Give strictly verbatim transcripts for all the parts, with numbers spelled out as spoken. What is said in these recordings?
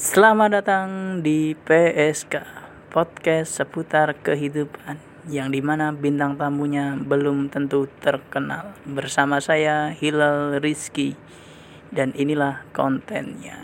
Selamat datang di P S K, podcast seputar kehidupan, yang dimana bintang tamunya belum tentu terkenal. Bersama saya Hilal Rizky, dan inilah kontennya.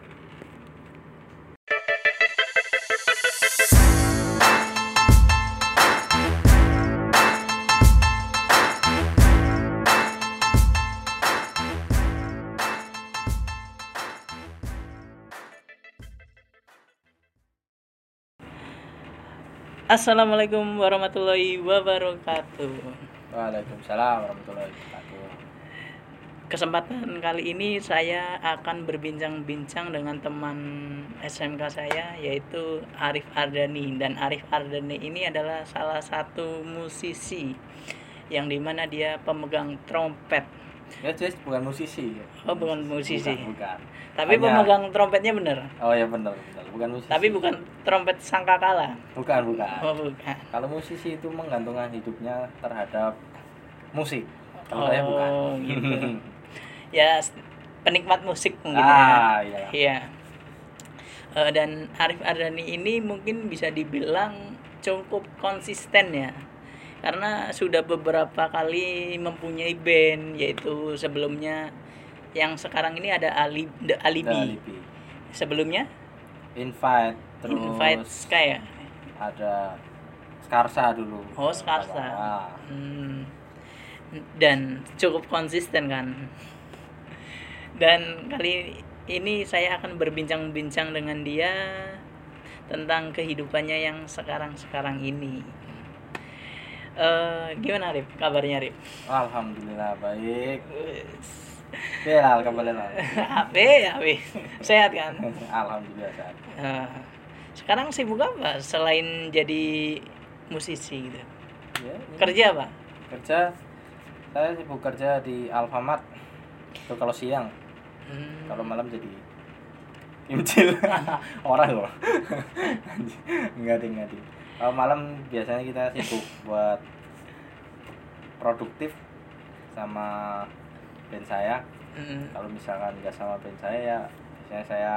Assalamualaikum warahmatullahi wabarakatuh. Waalaikumsalam warahmatullahi wabarakatuh. Kesempatan kali ini saya akan berbincang-bincang dengan teman S M K saya, yaitu Arif Ardani. Dan Arif Ardani ini adalah salah satu musisi yang dimana dia pemegang trompet. Ya jelas bukan musisi. Oh, bukan musisi. Bukan, bukan. Tapi Hanya... pemegang trompetnya benar. Oh ya benar, benar. Bukan musisi. Tapi bukan trompet sangkakala. Bukan, bukan. Oh, bukan. Kalau musisi itu menggantungkan hidupnya terhadap musik. Kalau oh, saya bukan. Gitu. Ya, penikmat musik mungkin. Ah, ya. Iya. Uh, dan Arif Ardani ini mungkin bisa dibilang cukup konsisten ya. Karena sudah beberapa kali mempunyai band, yaitu sebelumnya yang sekarang ini ada Ali, The Alibi. The Alibi. Sebelumnya Invite, terus Invite Sky ya. Ada Skarsa dulu. Oh, Skarsa. Ah. Hmm. Dan cukup konsisten kan. Dan kali ini saya akan berbincang-bincang dengan dia tentang kehidupannya yang sekarang-sekarang ini. Uh, gimana Arif? Kabarnya Arif? Alhamdulillah baik. Belal kembali lah. Ape, ape. Sehat kan? Alhamdulillah sehat. Uh, sekarang sibuk apa selain jadi musisi gitu? Ya, kerja apa? Kerja. Saya sibuk kerja di Alfamart. Itu kalau siang. Hmm. Kalau malam jadi imcil. Orang loh. Enggak ding, enggak ding. Kalau malam biasanya kita sibuk buat produktif sama band saya. Mm. Kalau misalkan nggak sama band saya ya biasanya saya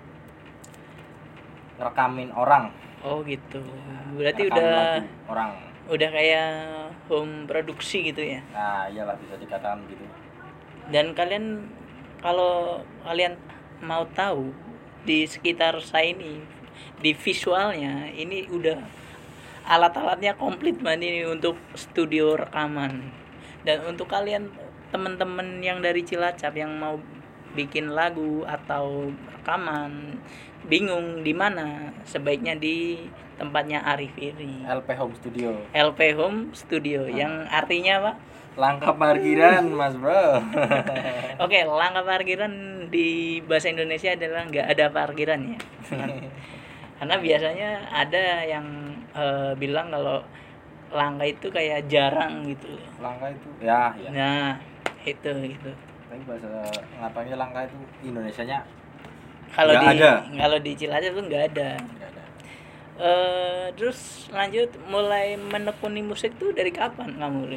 ngerekamin orang. Oh gitu. Berarti udah orang. Udah kayak home produksi gitu ya. Nah, iyalah bisa dikatakan gitu. Dan kalian kalau kalian mau tahu di sekitar saya ini, di visualnya ini udah alat-alatnya komplit banget ini untuk studio rekaman. Dan untuk kalian teman-teman yang dari Cilacap yang mau bikin lagu atau rekaman, bingung di mana, sebaiknya di tempatnya Arif ini. L P Home Studio. L P Home Studio, nah. Yang artinya apa? Langkah parkiran, Mas Bro. Oke, langkah parkiran di bahasa Indonesia adalah nggak ada parkirannya. Karena biasanya ada yang uh, bilang kalau langka itu kayak jarang gitu. Langka itu ya, ya. Nah, itu gitu. Tapi bahasa ngapainnya langka itu Indonesianya kalau di ada. Kalau di Cilacap tuh nggak ada. Nggak ada. Uh, terus lanjut, mulai menekuni musik tuh dari kapan kamu?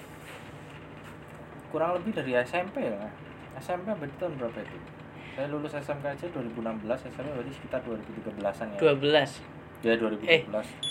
Kurang lebih dari S M P ya. S M P berarti tahun berapa itu? Saya lulus S M K aja dua ribu enam belas, S M P berarti sekitar dua ribu tiga belasan ya. dua belas. Ya dua ribu dua belas. Eh.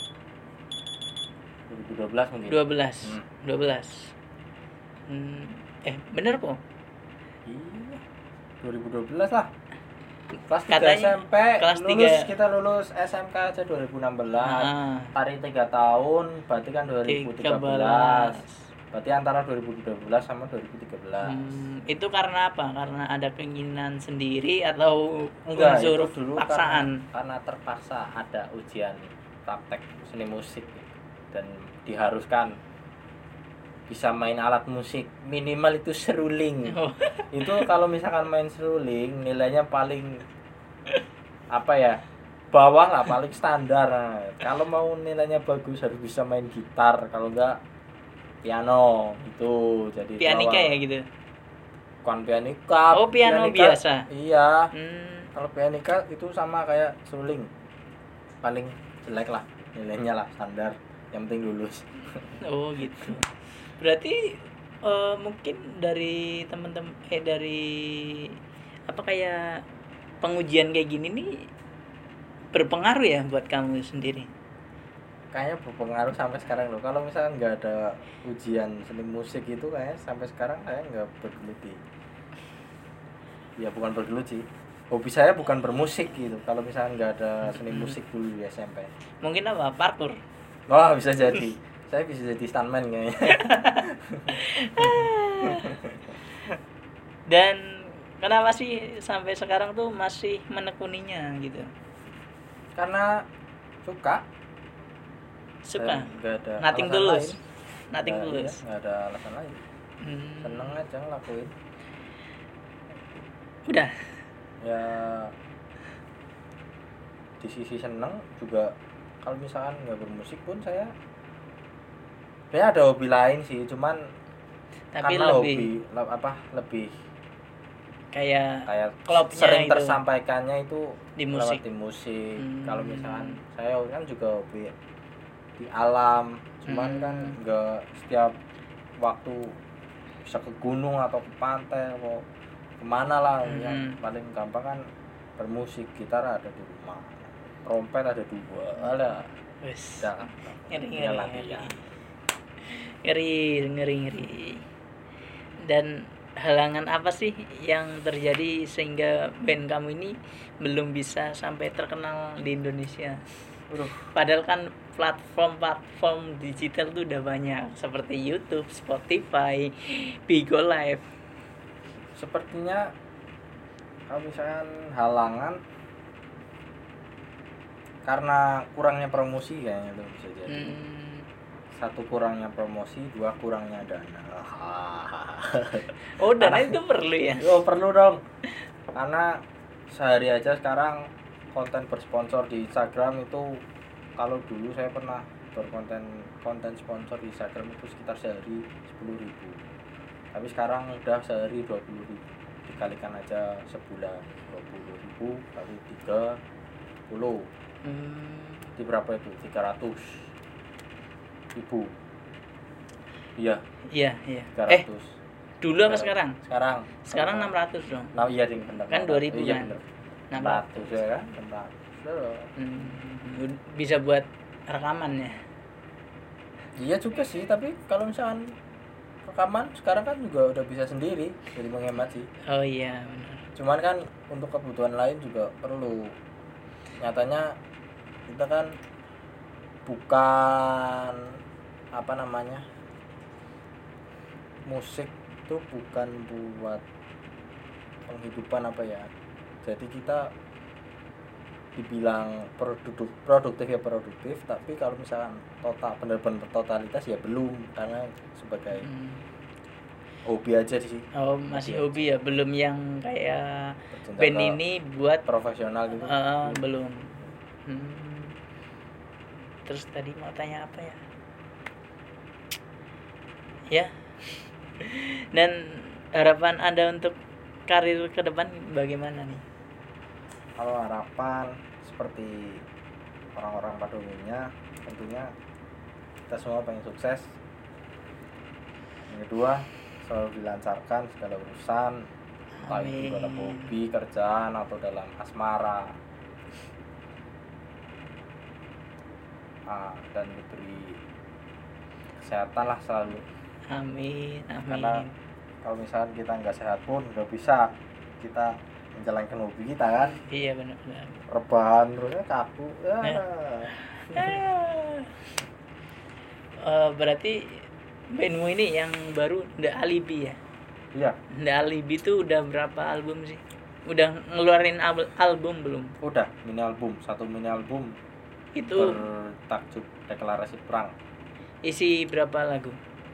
dua ribu dua belas mungkin. dua belas. Hmm. dua belas. Hmm. Eh, bener kok? Iya. dua ribu dua belas lah. Kelas tiga katanya, S M P, kelas lulus tiga. Kita lulus S M K aja dua ribu enam belas. Ah. Tarik tiga tahun, berarti kan dua ribu tiga belas. Berarti antara dua ribu dua belas sama dua ribu tiga belas. Hmm, itu karena apa? Karena ada keinginan sendiri atau enggak, unsur itu dulu paksaan? Karena, karena terpaksa ada ujian praktek seni musik dan diharuskan bisa main alat musik, minimal itu seruling. Oh. Itu kalau misalkan main seruling nilainya paling apa ya? Bawah lah, paling standar. Nah, kalau mau nilainya bagus harus bisa main gitar, kalau enggak piano itu. Jadi pianika ya gitu. Bukan pianika. Oh, piano pianika, biasa. Iya. Hmm. Kalau pianika itu sama kayak seruling. Paling jelek lah nilainya lah, standar. Yang penting lulus. Oh, gitu. Berarti uh, mungkin dari teman-teman eh dari apa kayak pengujian kayak gini nih berpengaruh ya buat kamu sendiri? Kayaknya berpengaruh sampai sekarang loh. Kalau misalnya nggak ada ujian seni musik itu kayaknya sampai sekarang saya nggak bergelut di, ya bukan bergelut sih, hobi saya bukan bermusik gitu. Kalau misalnya nggak ada seni musik dulu di S M P. Mungkin apa? Parkour. Wah, bisa jadi. Saya bisa jadi stuntman kayaknya. Dan kenapa sih sampai sekarang tuh masih menekuninya gitu? Karena suka. Suka. Nggak ada Nothing alasan tulus. lain. Nothing Nggak, tulus. iya, nggak ada alasan lain. Hmm. Seneng aja ngelakuin. Udah. Ya di sisi seneng juga, kalau misalkan nggak bermusik pun saya saya ada hobi lain sih, cuman Tapi karena lebih hobi le- apa lebih kayak kayak klubnya sering itu tersampaikannya itu di musik. lewat di musik. Hmm. Kalau misalkan saya kan juga hobi di alam, cuman Hmm. kan nggak setiap waktu bisa ke gunung atau ke pantai atau kemana lah. Hmm. Yang paling gampang kan bermusik, gitar ada di rumah, trompet ada dua, ada. Wes. Jangan. Ngeri ngeri, Tinggal ngeri latihan. ngeri ngeri ngeri. Dan halangan apa sih yang terjadi sehingga band kamu ini belum bisa sampai terkenal di Indonesia? Aduh. Padahal kan platform-platform digital tuh udah banyak seperti YouTube, Spotify, Bigo Live. Sepertinya kalau misalkan halangan karena kurangnya promosi kayaknya tuh bisa jadi. Hmm. Satu kurangnya promosi, dua kurangnya dana. Oh, dana itu perlu ya? Oh, perlu dong. Karena sehari aja sekarang konten bersponsor di Instagram itu, kalau dulu saya pernah berkonten konten sponsor di Instagram itu sekitar sehari sepuluh ribu. Tapi sekarang udah sehari dua puluh ribu. Dikalikan aja sebulan dua puluh ribu kali tiga puluh. Hmm. Di berapa itu? tiga ratus ribu. Iya, Iya, iya. tiga Eh, ratus. dulu apa sekarang? Sekarang. Sekarang enam ratus dong. Nah, iya ding, bener. Kan dua ribu Iya, kan? bener. enam enam ratus ya kan? enam ratus. Loh. Hmm, bisa buat rekaman ya. Iya juga sih, tapi kalau misalkan rekaman sekarang kan juga udah bisa sendiri, jadi menghemat sih. Oh iya, benar. Cuman kan untuk kebutuhan lain juga perlu. Nyatanya kita kan bukan apa namanya, musik itu bukan buat penghidupan apa ya. Jadi kita dibilang produktif produktif ya produktif, tapi kalau misalkan total benar-benar totalitas ya belum, karena sebagai Hmm. hobi aja sih. Oh, masih hobi ya, belum yang kayak Berjenjang band ke ini buat profesional gitu. eh, belum. Hmm. Terus tadi mau tanya apa ya? Ya. Dan harapan Anda untuk karir ke depan bagaimana nih? Kalau harapan seperti orang-orang pada umumnya, tentunya kita semua pengen sukses. Yang kedua, selalu dilancarkan segala urusan, entah itu dalam hobi, kerjaan, atau dalam asmara. Ah, dan diberi kesehatan lah selalu. Amin, amin. Karena kalau misalnya kita nggak sehat pun nggak bisa kita menjalankan hobi kita kan. Iya, benar-benar. Rebahan terusnya kaku ya. Ah. Eh, berarti bandmu ini yang baru The Alibi ya? Iya, The Alibi itu udah berapa album sih? Udah ngeluarin al- album belum? udah mini album, satu mini album Itu bertajuk Deklarasi Perang. isi berapa lagu?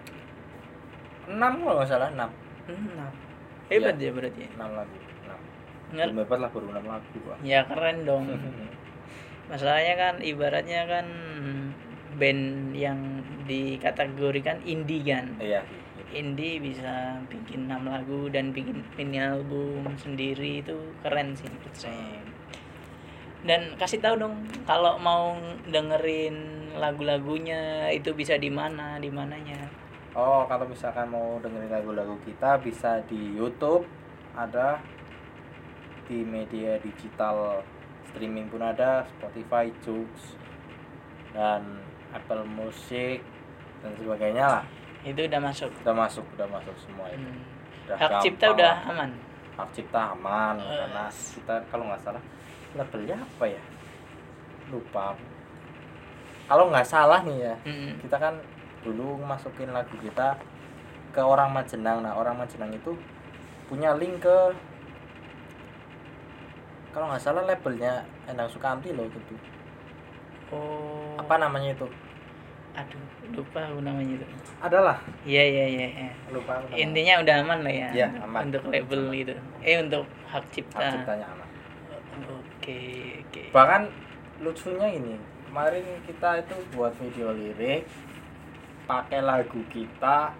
enam kalau nggak salah, enam. enam. Hebat ya berarti. enam lagu. enam. Nger- Belum hebat lah, baru enam lagu, Pak. ya keren dong. Masalahnya kan ibaratnya kan band yang dikategorikan indie kan. Iya. Indie bisa bikin enam lagu dan bikin mini album sendiri, itu keren sih menurut saya. Dan kasih tahu dong kalau mau dengerin lagu-lagunya itu bisa di mana, di mananya. Oh, kalau misalkan mau dengerin lagu-lagu kita bisa di YouTube, ada di media digital streaming pun ada, Spotify, Joox, dan Apple Music dan sebagainya lah. Itu udah masuk. Udah masuk, udah masuk semua itu. Hmm. Udah Hak cipta gampang udah lah. aman. Hak cipta aman Uh. karena kita kalau nggak salah labelnya apa ya? Lupa. Kalau nggak salah nih ya, Hmm. kita kan dulu masukin lagu kita ke Orang Majenang. Nah, Orang Majenang itu punya link ke, kalau nggak salah labelnya Endang Sukamti loh gitu. Oh. Apa namanya itu? Aduh, lupa aku namanya itu. Adalah. Iya iya iya. iya. Lupa. aku namanya. Intinya udah aman lah ya. Iya, untuk- aman. Untuk label Aman. itu. Eh untuk hak cipta. Hak ciptanya aman. Oke oke. Bahkan lucunya ini, kemarin kita itu buat video lirik pakai lagu kita,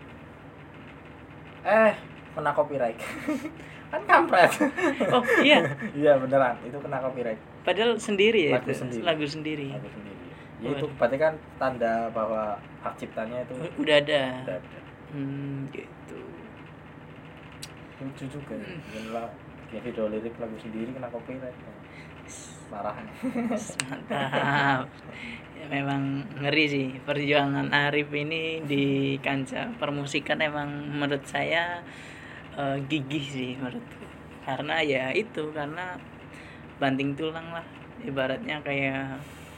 eh kena copyright. Kan kampret. Oh iya. Iya beneran, itu kena copyright. Padahal sendiri ya Lagu itu. sendiri. Lagu sendiri. Lagu sendiri. Ya itu berarti kan tanda bahwa hak ciptanya itu Udah ada. udah ada. Hmm gitu. Lucu juga ya. Gila, bikin video lirik lagu sendiri kena copyright. Parah. Mantap. Ya, memang ngeri sih perjuangan Arif ini di kancah permusikan, emang menurut saya eh, gigih sih menurutku. Karena ya itu, karena banting tulang lah, ibaratnya kayak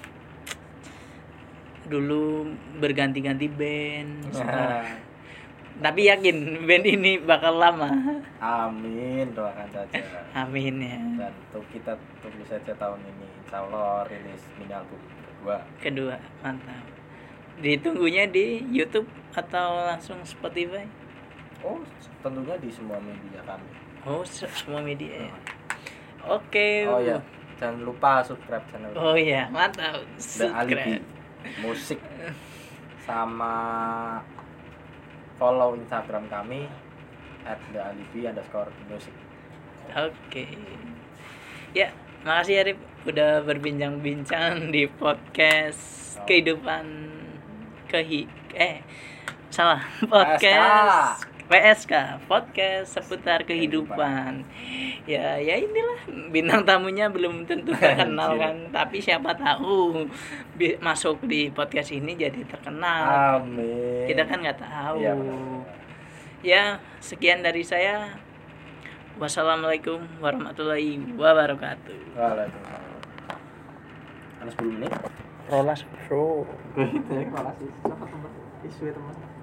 dulu berganti-ganti band. Setelah- tapi yakin band ini bakal lama. Amin, doakan saja. Amin ya. Dan untuk kita tunggu saja tahun ini, insya Allah rilis mini album kedua. Kedua, mantap. Ditunggunya di YouTube atau langsung Spotify? Oh, tentunya di semua media kami. Oh, se- semua media ya. Oke. Oh ya, jangan lupa subscribe channel Oh iya, mantap. The Alibi Subscribe. Musik, sama follow Instagram kami at the alibi underscore music. Oke. Ya, makasih Arif udah berbincang-bincang di podcast Oh. kehidupan kehi eh salah podcast P S K podcast seputar kehidupan. Ya, ya inilah bintang tamunya belum tentu terkenal kan, tapi siapa tahu bi- masuk di podcast ini jadi terkenal. Amin. Kita kan nggak tahu. Iya, benar. Ya, sekian dari saya. Wassalamualaikum warahmatullahi wabarakatuh. Waalaikumsalam. Ada sepuluh menit. Rolas bro. Gitu ya, makasih. Siapa teman? Isu ya teman.